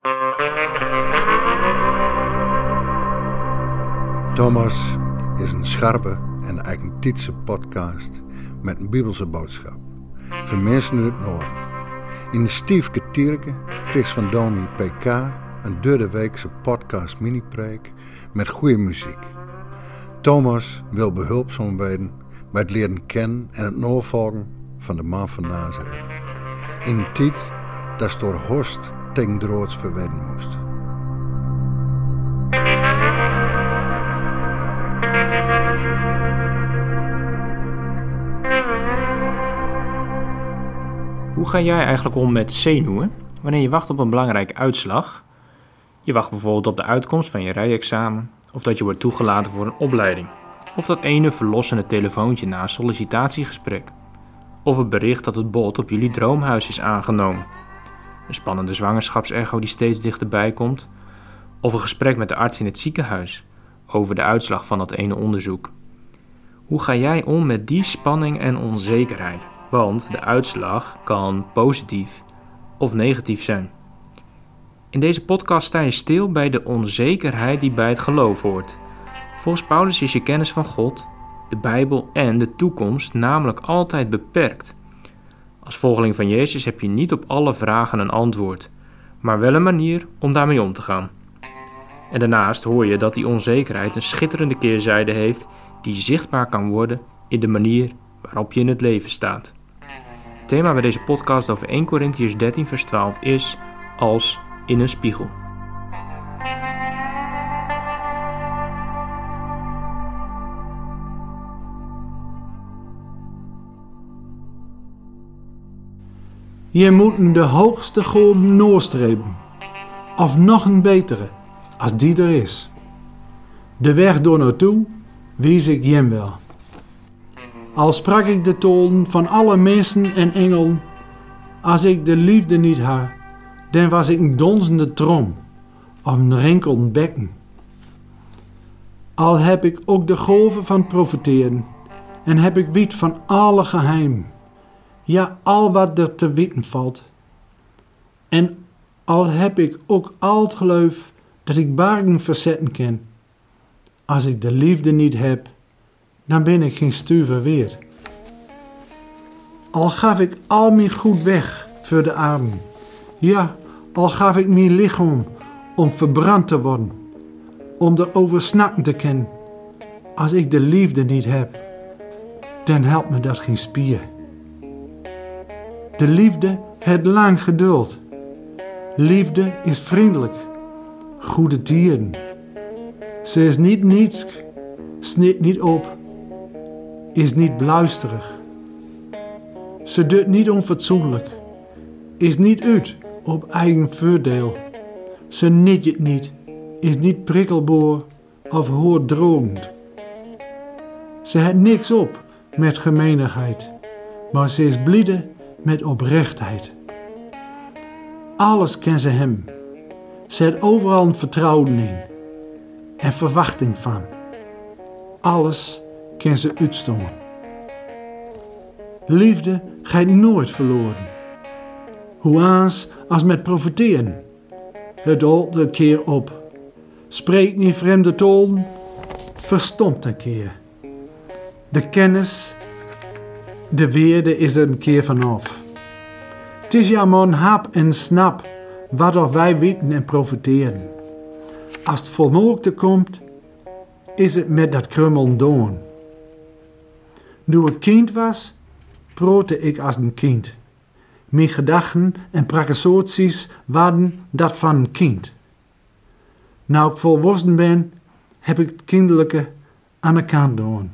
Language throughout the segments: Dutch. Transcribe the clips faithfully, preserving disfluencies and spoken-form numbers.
Thomas is een scherpe en eigentijdse podcast met een bibelse boodschap. Voor mensen uit het noorden. In de Stiefke Tierke kreeg van Domi P K een derde weekse podcast mini-preek met goede muziek. Thomas wil behulpzaam worden bij het leren kennen en het navolgen van de man van Nazareth. In een tijd dat ze door Horst tegen droods verwedden moest. Hoe ga jij eigenlijk om met zenuwen wanneer je wacht op een belangrijke uitslag? Je wacht bijvoorbeeld op de uitkomst van je rijexamen, of dat je wordt toegelaten voor een opleiding, of dat ene verlossende telefoontje na een sollicitatiegesprek, of het bericht dat het bod op jullie droomhuis is aangenomen, een spannende zwangerschapsecho die steeds dichterbij komt, of een gesprek met de arts in het ziekenhuis over de uitslag van dat ene onderzoek. Hoe ga jij om met die spanning en onzekerheid? Want de uitslag kan positief of negatief zijn. In deze podcast sta je stil bij de onzekerheid die bij het geloof hoort. Volgens Paulus is je kennis van God, de Bijbel en de toekomst namelijk altijd beperkt. Als volgeling van Jezus heb je niet op alle vragen een antwoord, maar wel een manier om daarmee om te gaan. En daarnaast hoor je dat die onzekerheid een schitterende keerzijde heeft die zichtbaar kan worden in de manier waarop je in het leven staat. Het thema bij deze podcast over eerste Korintiërs dertien vers twaalf is als in een spiegel. Je moet de hoogste goal nastreven, of nog een betere, als die er is. De weg door naartoe wies ik jem wel. Al sprak ik de toon van alle mensen en engelen, als ik de liefde niet had, dan was ik een donzende trom of een rinkelend bekken. Al heb ik ook de golven van profiteren en heb ik weet van alle geheim, ja al wat er te weten valt. En al heb ik ook al het geloof dat ik bergen verzetten kan, als ik de liefde niet heb, dan ben ik geen stuver weer. Al gaf ik al mijn goed weg voor de armen, ja, al gaf ik mijn lichaam om verbrand te worden, om erover snakken te kennen, als ik de liefde niet heb, dan helpt me dat geen spier. De liefde heeft lang geduld. Liefde is vriendelijk, goede dieren. Ze is niet niets, snit niet op, is niet bluisterig. Ze doet niet onfatsoenlijk, is niet uit op eigen voordeel. Ze nidjet niet, is niet prikkelboor of hoordrogend. Ze heeft niks op met gemeenigheid, maar ze is bliede met oprechtheid. Alles kent ze hem. Ze heeft overal een vertrouwen in en verwachting van. Alles kan ze uitstomen. Liefde gaat nooit verloren. Hoe aans als met profiteren. Het holt een keer op. Spreekt niet vreemde toon. Verstomt een keer. De kennis, de weerde is er een keer vanaf. Het is ja maar een hap en snap wat of wij weten en profiteren. Als het volmaakte komt, is het met dat krummel doen. Toen ik kind was, prootte ik als een kind. Mijn gedachten en prakkesoorties waren dat van een kind. Nou ik volwassen ben, heb ik het kinderlijke aan de kant doen.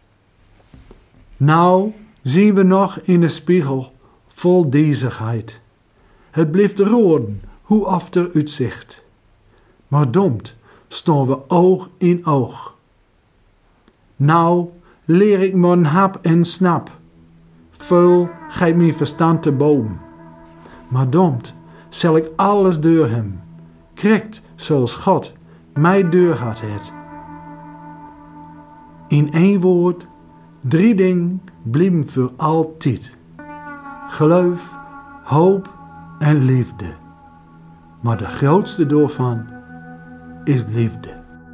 Nou zien we nog in de spiegel vol dezigheid. Het blijft roden, hoe oft er uitzicht. Maar domt staan we oog in oog. Nou leer ik mijn hap en snap. Veul gaat mijn verstand te boven. Maar domt zal ik alles door hem. Krekt zoals God mij deur had het. In één woord, drie dingen blijven voor altijd. Geloof, hoop en liefde. Maar de grootste daarvan is liefde.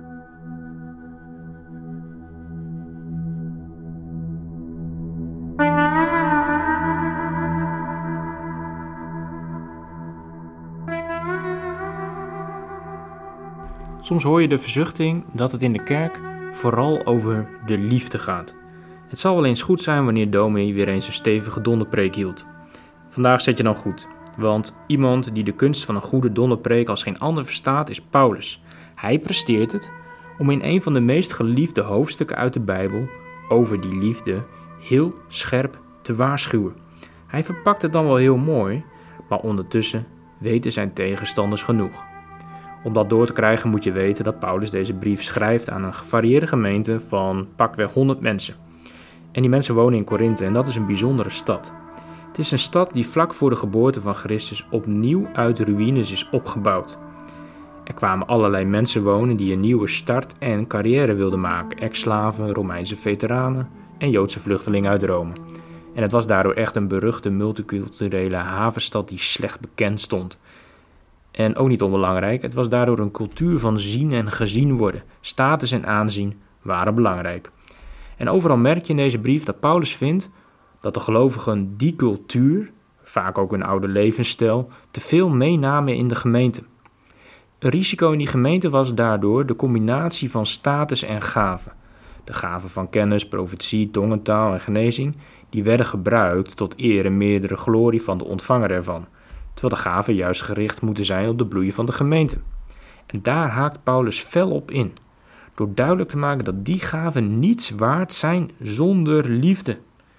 Soms hoor je de verzuchting dat het in de kerk vooral over de liefde gaat. Het zal wel eens goed zijn wanneer dominee weer eens een stevige donderpreek hield. Vandaag zet je dan goed, want iemand die de kunst van een goede donderpreek als geen ander verstaat is Paulus. Hij presteert het om in een van de meest geliefde hoofdstukken uit de Bijbel over die liefde heel scherp te waarschuwen. Hij verpakt het dan wel heel mooi, maar ondertussen weten zijn tegenstanders genoeg. Om dat door te krijgen moet je weten dat Paulus deze brief schrijft aan een gevarieerde gemeente van pakweg honderd mensen. En die mensen wonen in Korinthe en dat is een bijzondere stad. Het is een stad die vlak voor de geboorte van Christus opnieuw uit ruïnes is opgebouwd. Er kwamen allerlei mensen wonen die een nieuwe start en carrière wilden maken. Ex-slaven, Romeinse veteranen en Joodse vluchtelingen uit Rome. En het was daardoor echt een beruchte multiculturele havenstad die slecht bekend stond. En ook niet onbelangrijk, het was daardoor een cultuur van zien en gezien worden. Status en aanzien waren belangrijk. En overal merk je in deze brief dat Paulus vindt dat de gelovigen die cultuur, vaak ook een oude levensstijl, te veel meenamen in de gemeente. Een risico in die gemeente was daardoor de combinatie van status en gaven. De gaven van kennis, profetie, tongentaal en genezing, die werden gebruikt tot eer en meerdere glorie van de ontvanger ervan. Terwijl de gaven juist gericht moeten zijn op de bloei van de gemeente. En daar haakt Paulus fel op in, door duidelijk te maken dat die gaven niets waard zijn zonder liefde.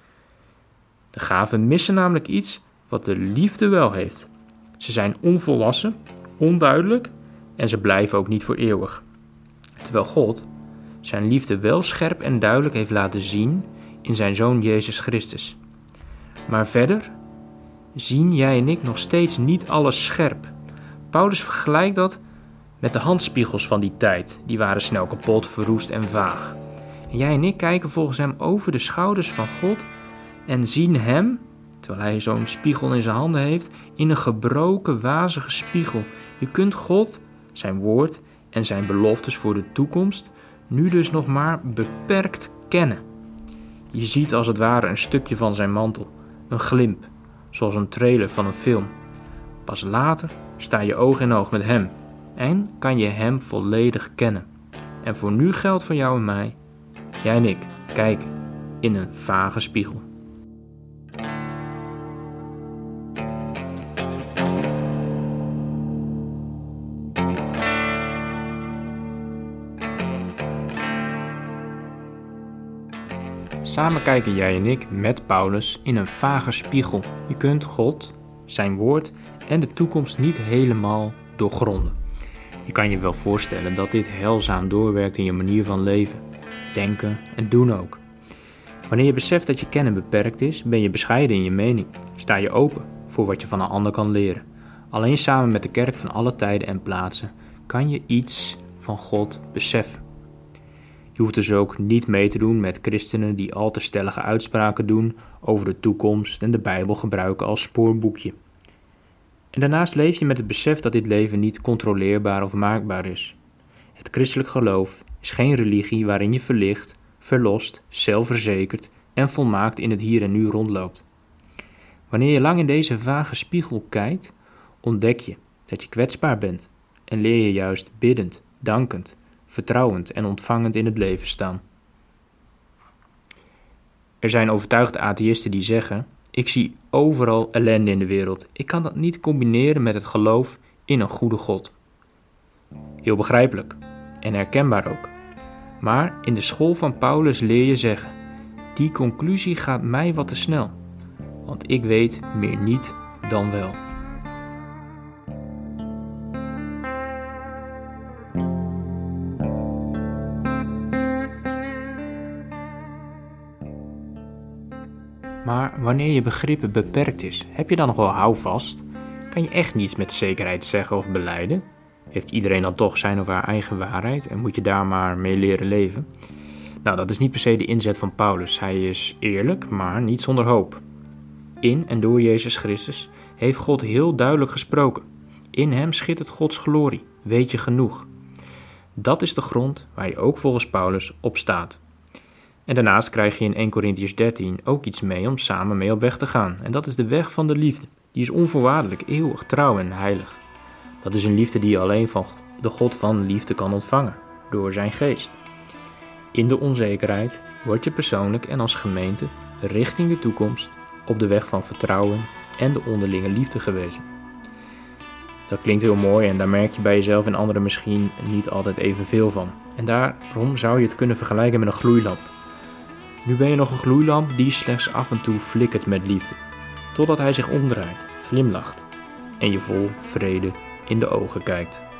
De gaven missen namelijk iets wat de liefde wel heeft. Ze zijn onvolwassen, onduidelijk en ze blijven ook niet voor eeuwig. Terwijl God zijn liefde wel scherp en duidelijk heeft laten zien in zijn Zoon Jezus Christus. Maar verder zien jij en ik nog steeds niet alles scherp. Paulus vergelijkt dat met de handspiegels van die tijd. Die waren snel kapot, verroest en vaag. En jij en ik kijken volgens hem over de schouders van God en zien hem, terwijl hij zo'n spiegel in zijn handen heeft, in een gebroken, wazige spiegel. Je kunt God, zijn woord en zijn beloftes voor de toekomst nu dus nog maar beperkt kennen. Je ziet als het ware een stukje van zijn mantel, een glimp, zoals een trailer van een film. Pas later sta je oog in oog met hem en kan je hem volledig kennen. En voor nu geldt voor jou en mij, jij en ik kijken in een vage spiegel. Samen kijken jij en ik met Paulus in een vage spiegel. Je kunt God, zijn woord en de toekomst niet helemaal doorgronden. Je kan je wel voorstellen dat dit heilzaam doorwerkt in je manier van leven, denken en doen ook. Wanneer je beseft dat je kennen beperkt is, ben je bescheiden in je mening. Sta je open voor wat je van een ander kan leren. Alleen samen met de kerk van alle tijden en plaatsen kan je iets van God beseffen. Je hoeft dus ook niet mee te doen met christenen die al te stellige uitspraken doen over de toekomst en de Bijbel gebruiken als spoorboekje. En daarnaast leef je met het besef dat dit leven niet controleerbaar of maakbaar is. Het christelijk geloof is geen religie waarin je verlicht, verlost, zelfverzekerd en volmaakt in het hier en nu rondloopt. Wanneer je lang in deze vage spiegel kijkt, ontdek je dat je kwetsbaar bent en leer je juist biddend, dankend, vertrouwend en ontvangend in het leven staan. Er zijn overtuigde atheïsten die zeggen: ik zie overal ellende in de wereld. Ik kan dat niet combineren met het geloof in een goede God. Heel begrijpelijk en herkenbaar ook. Maar in de school van Paulus leer je zeggen: die conclusie gaat mij wat te snel, want ik weet meer niet dan wel. Maar wanneer je begrippen beperkt is, heb je dan nog wel houvast? Kan je echt niets met zekerheid zeggen of belijden? Heeft iedereen dan toch zijn of haar eigen waarheid en moet je daar maar mee leren leven? Nou, dat is niet per se de inzet van Paulus. Hij is eerlijk, maar niet zonder hoop. In en door Jezus Christus heeft God heel duidelijk gesproken. In hem schittert Gods glorie, weet je genoeg. Dat is de grond waar je ook volgens Paulus op staat. En daarnaast krijg je in Eerste Korintiërs dertien ook iets mee om samen mee op weg te gaan. En dat is de weg van de liefde. Die is onvoorwaardelijk, eeuwig, trouw en heilig. Dat is een liefde die je alleen van de God van liefde kan ontvangen, door zijn geest. In de onzekerheid word je persoonlijk en als gemeente richting de toekomst op de weg van vertrouwen en de onderlinge liefde gewezen. Dat klinkt heel mooi en daar merk je bij jezelf en anderen misschien niet altijd evenveel van. En daarom zou je het kunnen vergelijken met een gloeilamp. Nu ben je nog een gloeilamp die slechts af en toe flikkert met liefde, totdat hij zich omdraait, glimlacht en je vol vrede in de ogen kijkt.